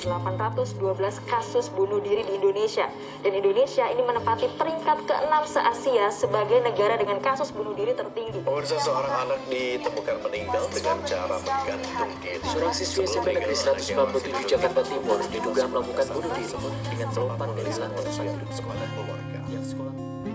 812 kasus bunuh diri di Indonesia. Dan Indonesia ini menempati peringkat ke-6 se-Asia sebagai negara dengan kasus bunuh diri tertinggi. Pemirsa, seorang anak ditemukan meninggal dengan cara menggantung diri. Seorang siswi SMP Negeri 147 Jakarta Timur diduga melakukan bunuh diri dengan melompat dari lantai sekolah keluarga. yang sekolah.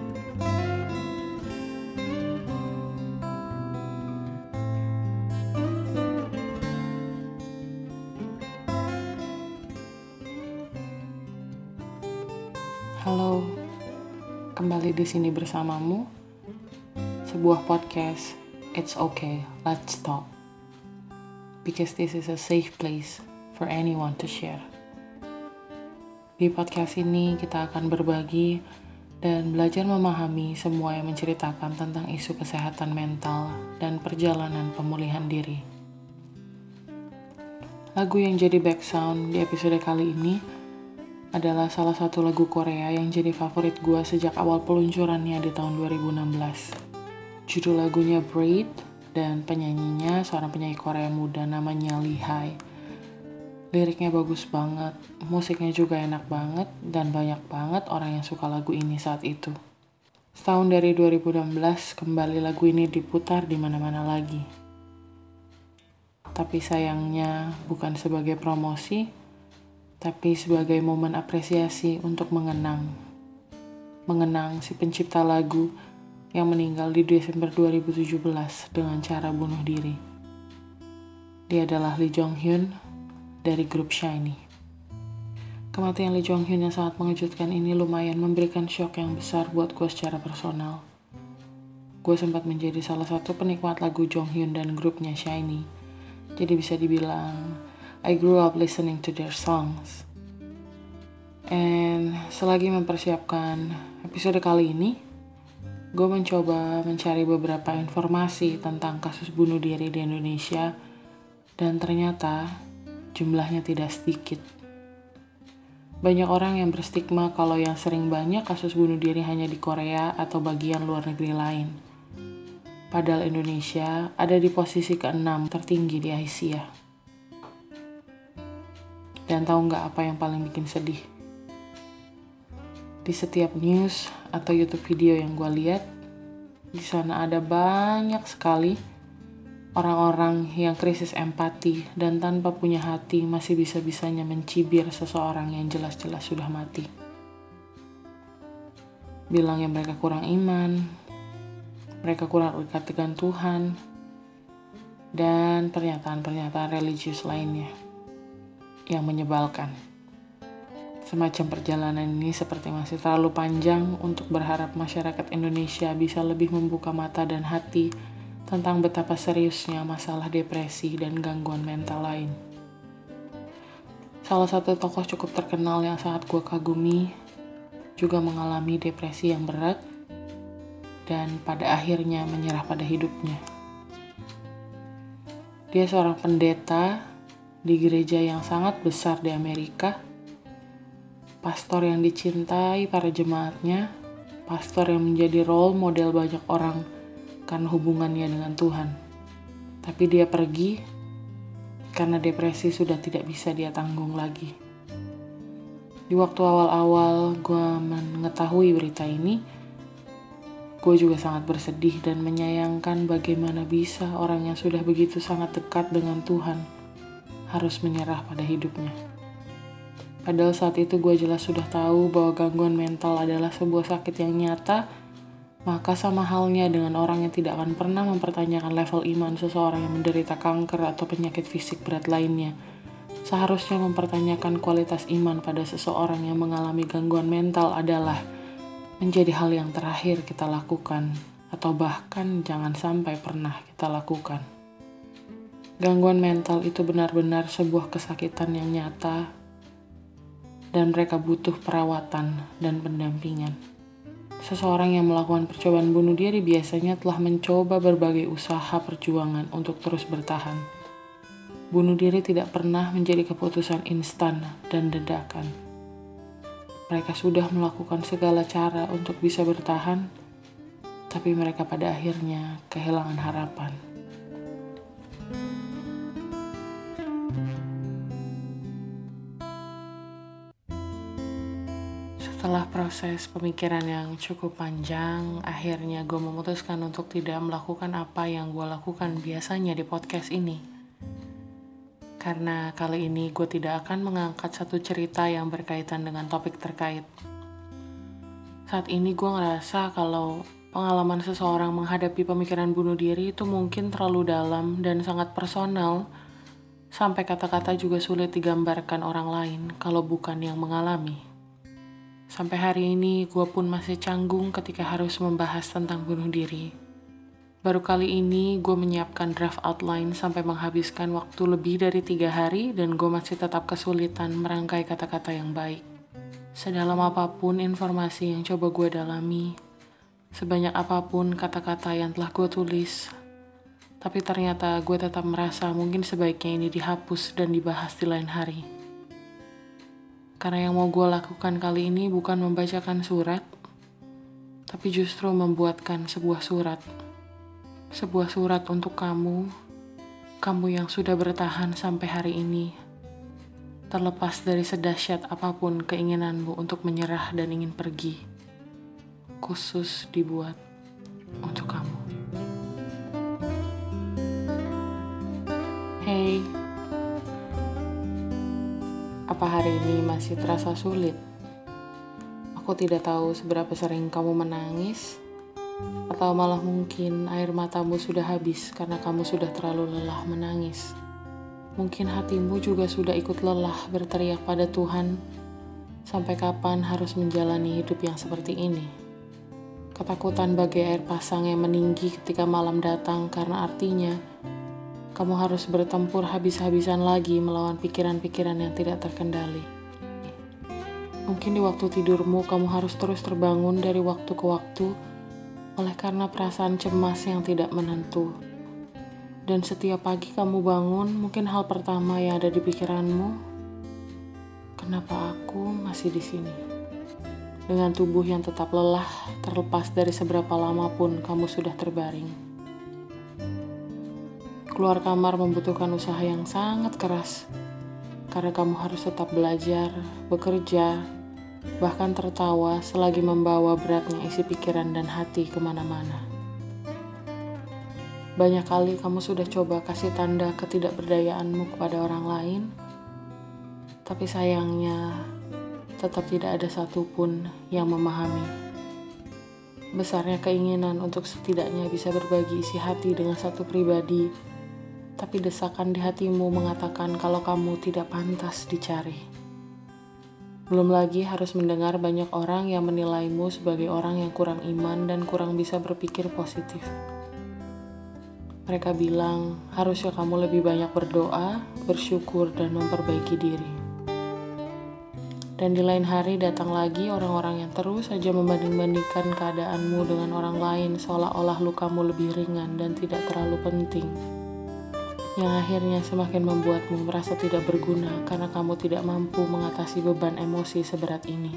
Halo, kembali di sini bersamamu. Sebuah podcast. It's okay, let's talk. Because this is a safe place for anyone to share. Di podcast ini kita akan berbagi dan belajar memahami semua yang menceritakan tentang isu kesehatan mental dan perjalanan pemulihan diri. Lagu yang jadi background di episode kali ini adalah salah satu lagu Korea yang jadi favorit gue sejak awal peluncurannya di tahun 2016. Judul lagunya Breathe dan penyanyinya seorang penyanyi Korea muda namanya Lee Hi. Liriknya bagus banget, musiknya juga enak banget, dan banyak banget orang yang suka lagu ini saat itu. Setahun dari 2016, kembali lagu ini diputar di mana-mana lagi. Tapi sayangnya bukan sebagai promosi, tapi sebagai momen apresiasi untuk mengenang si pencipta lagu yang meninggal di Desember 2017 dengan cara bunuh diri. Dia adalah Lee Jong Hyun dari grup SHINee. Kematian Lee Jong Hyun yang sangat mengejutkan ini lumayan memberikan shock yang besar buat gue secara personal. Gue sempat menjadi salah satu penikmat lagu Jong Hyun dan grupnya SHINee. Jadi bisa dibilang I grew up listening to their songs. And selagi mempersiapkan episode kali ini, gue mencoba mencari beberapa informasi tentang kasus bunuh diri di Indonesia, dan ternyata jumlahnya tidak sedikit. Banyak orang yang berstigma kalau yang sering banyak kasus bunuh diri hanya di Korea atau bagian luar negeri lain. Padahal Indonesia ada di posisi ke-6 tertinggi di Asia. Dan tahu nggak apa yang paling bikin sedih? Di setiap news atau YouTube video yang gue lihat, di sana ada banyak sekali orang-orang yang krisis empati dan tanpa punya hati masih bisa-bisanya mencibir seseorang yang jelas-jelas sudah mati. Bilangnya mereka kurang iman, mereka kurang dekat dengan Tuhan, dan pernyataan-pernyataan religius lainnya yang menyebalkan. Semacam perjalanan ini seperti masih terlalu panjang untuk berharap masyarakat Indonesia bisa lebih membuka mata dan hati tentang betapa seriusnya masalah depresi dan gangguan mental lain. Salah satu tokoh cukup terkenal yang sangat gue kagumi juga mengalami depresi yang berat dan pada akhirnya menyerah pada hidupnya. Dia seorang pendeta di gereja yang sangat besar di Amerika, pastor yang dicintai para jemaatnya, pastor yang menjadi role model banyak orang karena hubungannya dengan Tuhan. Tapi dia pergi karena depresi sudah tidak bisa dia tanggung lagi. Di waktu awal-awal gue mengetahui berita ini, gue juga sangat bersedih dan menyayangkan bagaimana bisa orang yang sudah begitu sangat dekat dengan Tuhan harus menyerah pada hidupnya. Padahal saat itu gue jelas sudah tahu bahwa gangguan mental adalah sebuah sakit yang nyata, maka sama halnya dengan orang yang tidak akan pernah mempertanyakan level iman seseorang yang menderita kanker atau penyakit fisik berat lainnya, seharusnya mempertanyakan kualitas iman pada seseorang yang mengalami gangguan mental adalah menjadi hal yang terakhir kita lakukan, atau bahkan jangan sampai pernah kita lakukan. Gangguan mental itu benar-benar sebuah kesakitan yang nyata dan mereka butuh perawatan dan pendampingan. Seseorang yang melakukan percobaan bunuh diri biasanya telah mencoba berbagai usaha perjuangan untuk terus bertahan. Bunuh diri tidak pernah menjadi keputusan instan dan dadakan. Mereka sudah melakukan segala cara untuk bisa bertahan, tapi mereka pada akhirnya kehilangan harapan. proses pemikiran yang cukup panjang, akhirnya gue memutuskan untuk tidak melakukan apa yang gue lakukan biasanya di podcast ini. Karena kali ini gue tidak akan mengangkat satu cerita yang berkaitan dengan topik terkait. Saat ini gue ngerasa kalau pengalaman seseorang menghadapi pemikiran bunuh diri itu mungkin terlalu dalam dan sangat personal, sampai kata-kata juga sulit digambarkan orang lain kalau bukan yang mengalami. Sampai hari ini gue pun masih canggung ketika harus membahas tentang bunuh diri. Baru kali ini gue menyiapkan draft outline sampai menghabiskan waktu lebih dari 3 hari dan gue masih tetap kesulitan merangkai kata-kata yang baik. Sedalam apapun informasi yang coba gue dalami, sebanyak apapun kata-kata yang telah gue tulis, tapi ternyata gue tetap merasa mungkin sebaiknya ini dihapus dan dibahas di lain hari. Karena yang mau gue lakukan kali ini bukan membacakan surat, tapi justru membuatkan sebuah surat. Sebuah surat untuk kamu yang sudah bertahan sampai hari ini. Terlepas dari sedahsyat apapun keinginanmu untuk menyerah dan ingin pergi. Khusus dibuat untuk kamu. Hey, apa hari ini masih terasa sulit? Aku tidak tahu seberapa sering kamu menangis, atau malah mungkin air matamu sudah habis karena kamu sudah terlalu lelah menangis. Mungkin hatimu juga sudah ikut lelah berteriak pada Tuhan, sampai kapan harus menjalani hidup yang seperti ini? Ketakutan bagai air pasang yang meninggi ketika malam datang karena artinya kamu harus bertempur habis-habisan lagi melawan pikiran-pikiran yang tidak terkendali. Mungkin di waktu tidurmu kamu harus terus terbangun dari waktu ke waktu oleh karena perasaan cemas yang tidak menentu. Dan setiap pagi kamu bangun, mungkin hal pertama yang ada di pikiranmu, kenapa aku masih di sini? Dengan tubuh yang tetap lelah, terlepas dari seberapa lama pun kamu sudah terbaring. Keluar kamar membutuhkan usaha yang sangat keras, karena kamu harus tetap belajar, bekerja, bahkan tertawa selagi membawa beratnya isi pikiran dan hati kemana-mana. Banyak kali kamu sudah coba kasih tanda ketidakberdayaanmu kepada orang lain, tapi sayangnya tetap tidak ada satupun yang memahami. Besarnya keinginan untuk setidaknya bisa berbagi isi hati dengan satu pribadi, tapi desakan di hatimu mengatakan kalau kamu tidak pantas dicari. Belum lagi harus mendengar banyak orang yang menilaimu sebagai orang yang kurang iman dan kurang bisa berpikir positif. Mereka bilang, harusnya kamu lebih banyak berdoa, bersyukur, dan memperbaiki diri. Dan di lain hari datang lagi orang-orang yang terus saja membanding-bandingkan keadaanmu dengan orang lain seolah-olah lukamu lebih ringan dan tidak terlalu penting. Yang akhirnya semakin membuatmu merasa tidak berguna karena kamu tidak mampu mengatasi beban emosi seberat ini.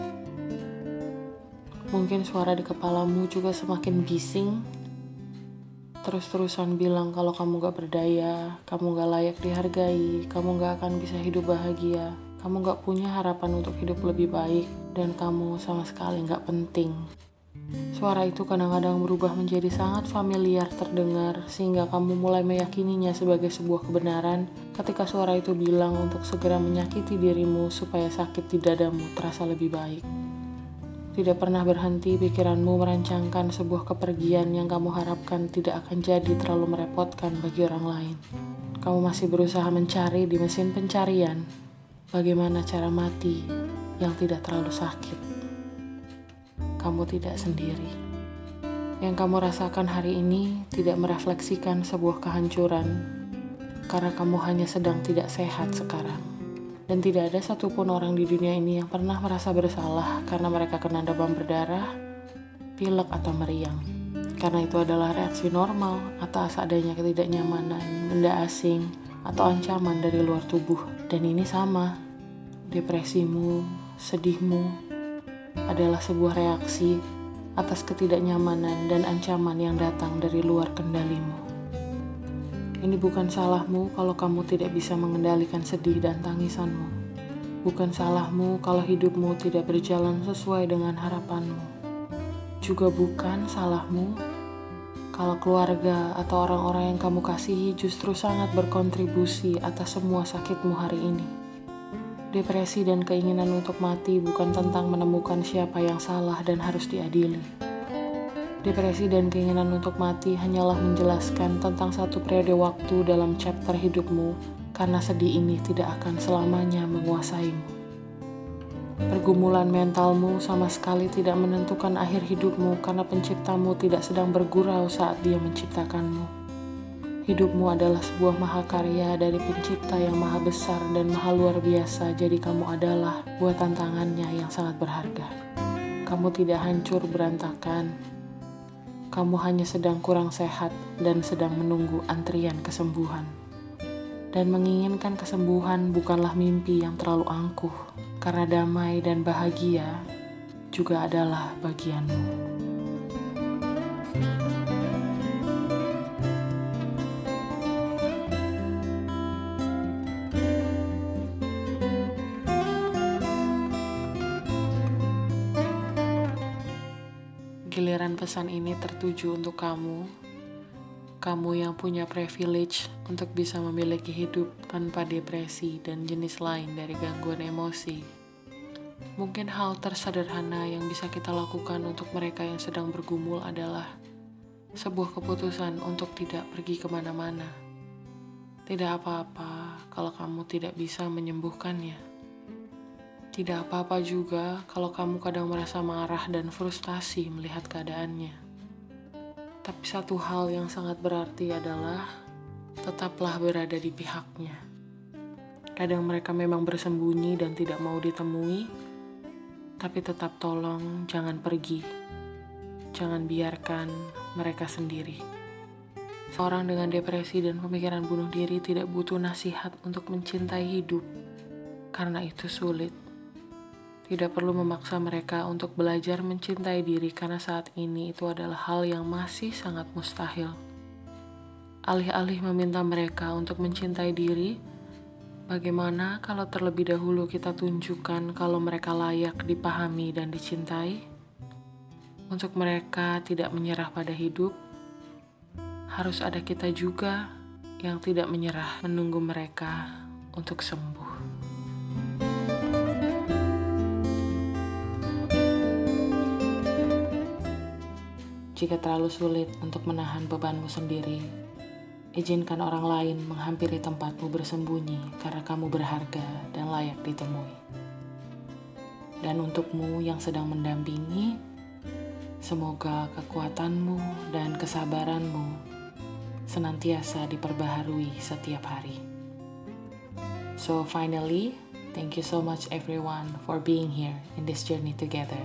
Mungkin suara di kepalamu juga semakin bising, terus-terusan bilang kalau kamu gak berdaya, kamu gak layak dihargai, kamu gak akan bisa hidup bahagia, kamu gak punya harapan untuk hidup lebih baik, dan kamu sama sekali gak penting. Suara itu kadang-kadang berubah menjadi sangat familiar terdengar sehingga kamu mulai meyakininya sebagai sebuah kebenaran ketika suara itu bilang untuk segera menyakiti dirimu supaya sakit di dadamu terasa lebih baik. Tidak pernah berhenti pikiranmu merancangkan sebuah kepergian yang kamu harapkan tidak akan jadi terlalu merepotkan bagi orang lain. Kamu masih berusaha mencari di mesin pencarian bagaimana cara mati yang tidak terlalu sakit. Kamu tidak sendiri. Yang kamu rasakan hari ini tidak merefleksikan sebuah kehancuran, karena kamu hanya sedang tidak sehat sekarang. Dan tidak ada satupun orang di dunia ini yang pernah merasa bersalah karena mereka kena demam berdarah, pilek atau meriang. Karena itu adalah reaksi normal atas adanya ketidaknyamanan, benda asing, atau ancaman dari luar tubuh. Dan ini sama, depresimu, sedihmu, adalah sebuah reaksi atas ketidaknyamanan dan ancaman yang datang dari luar kendalimu. Ini bukan salahmu kalau kamu tidak bisa mengendalikan sedih dan tangisanmu. Bukan salahmu kalau hidupmu tidak berjalan sesuai dengan harapanmu. Juga bukan salahmu kalau keluarga atau orang-orang yang kamu kasihi justru sangat berkontribusi atas semua sakitmu hari ini. Depresi dan keinginan untuk mati bukan tentang menemukan siapa yang salah dan harus diadili. Depresi dan keinginan untuk mati hanyalah menjelaskan tentang satu periode waktu dalam chapter hidupmu, karena sedih ini tidak akan selamanya menguasaimu. Pergumulan mentalmu sama sekali tidak menentukan akhir hidupmu, karena penciptamu tidak sedang bergurau saat dia menciptakanmu. Hidupmu adalah sebuah mahakarya dari pencipta yang maha besar dan maha luar biasa, jadi kamu adalah buatan tangannya yang sangat berharga. Kamu tidak hancur berantakan. Kamu hanya sedang kurang sehat dan sedang menunggu antrian kesembuhan. Dan menginginkan kesembuhan bukanlah mimpi yang terlalu angkuh, karena damai dan bahagia juga adalah bagianmu. Giliran pesan ini tertuju untuk kamu yang punya privilege untuk bisa memiliki hidup tanpa depresi dan jenis lain dari gangguan emosi. Mungkin hal tersederhana yang bisa kita lakukan untuk mereka yang sedang bergumul adalah sebuah keputusan untuk tidak pergi kemana-mana. Tidak apa-apa kalau kamu tidak bisa menyembuhkannya. Tidak apa-apa juga kalau kamu kadang merasa marah dan frustasi melihat keadaannya. Tapi satu hal yang sangat berarti adalah tetaplah berada di pihaknya. Kadang mereka memang bersembunyi dan tidak mau ditemui, tapi tetap tolong jangan pergi. Jangan biarkan mereka sendiri. Seorang dengan depresi dan pemikiran bunuh diri tidak butuh nasihat untuk mencintai hidup, karena itu sulit. Tidak perlu memaksa mereka untuk belajar mencintai diri, karena saat ini itu adalah hal yang masih sangat mustahil. Alih-alih meminta mereka untuk mencintai diri, bagaimana kalau terlebih dahulu kita tunjukkan kalau mereka layak dipahami dan dicintai? Untuk mereka tidak menyerah pada hidup, harus ada kita juga yang tidak menyerah menunggu mereka untuk sembuh. Jika terlalu sulit untuk menahan bebanmu sendiri, izinkan orang lain menghampiri tempatmu bersembunyi, karena kamu berharga dan layak ditemui. Dan untukmu yang sedang mendampingi, semoga kekuatanmu dan kesabaranmu senantiasa diperbaharui setiap hari. So finally, thank you so much everyone for being here in this journey together.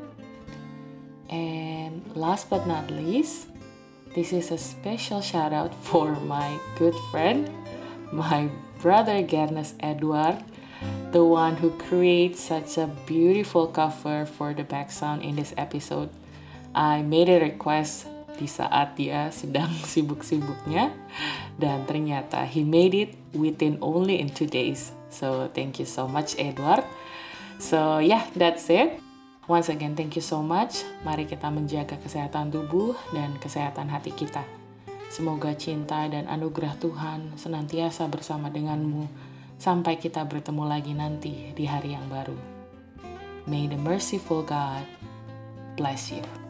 And last but not least, this is a special shout out for my good friend, my brother Gernes Edward, the one who creates such a beautiful cover for the background in this episode. I made a request di saat dia sedang sibuk-sibuknya, dan ternyata he made it within only in 2 days. So thank you so much Edward. So yeah, that's it. Once again, thank you so much. Mari kita menjaga kesehatan tubuh dan kesehatan hati kita. Semoga cinta dan anugerah Tuhan senantiasa bersama denganmu sampai kita bertemu lagi nanti di hari yang baru. May the merciful God bless you.